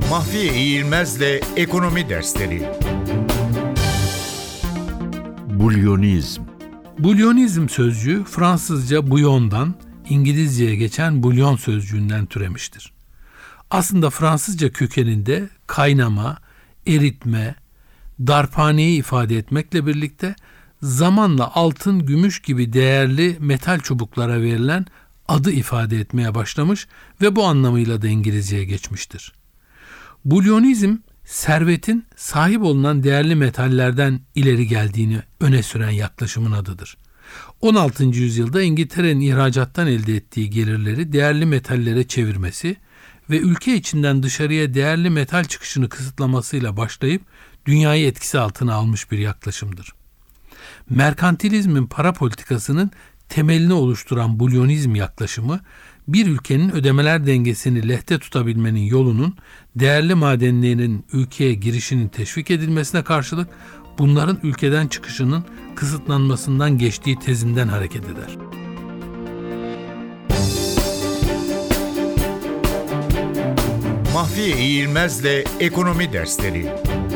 Mahfiye İğilmez'le Ekonomi Dersleri. Bulyonizm. Bulyonizm sözcüğü Fransızca bouillon'dan İngilizceye geçen bulyon sözcüğünden türemiştir. Aslında Fransızca kökeninde kaynama, eritme, darphaneyi ifade etmekle birlikte zamanla altın, gümüş gibi değerli metal çubuklara verilen adı ifade etmeye başlamış ve bu anlamıyla da İngilizceye geçmiştir. Bulyonizm, servetin sahip olunan değerli metallerden ileri geldiğini öne süren yaklaşımın adıdır. 16. yüzyılda İngiltere'nin ihracattan elde ettiği gelirleri değerli metallere çevirmesi ve ülke içinden dışarıya değerli metal çıkışını kısıtlamasıyla başlayıp dünyayı etkisi altına almış bir yaklaşımdır. Merkantilizmin para politikasının temelini oluşturan bulyonizm yaklaşımı, bir ülkenin ödemeler dengesini lehte tutabilmenin yolunun değerli madenlerin ülkeye girişinin teşvik edilmesine karşılık bunların ülkeden çıkışının kısıtlanmasından geçtiği tezinden hareket eder. Mahfiye İğilmez'le Ekonomi Dersleri.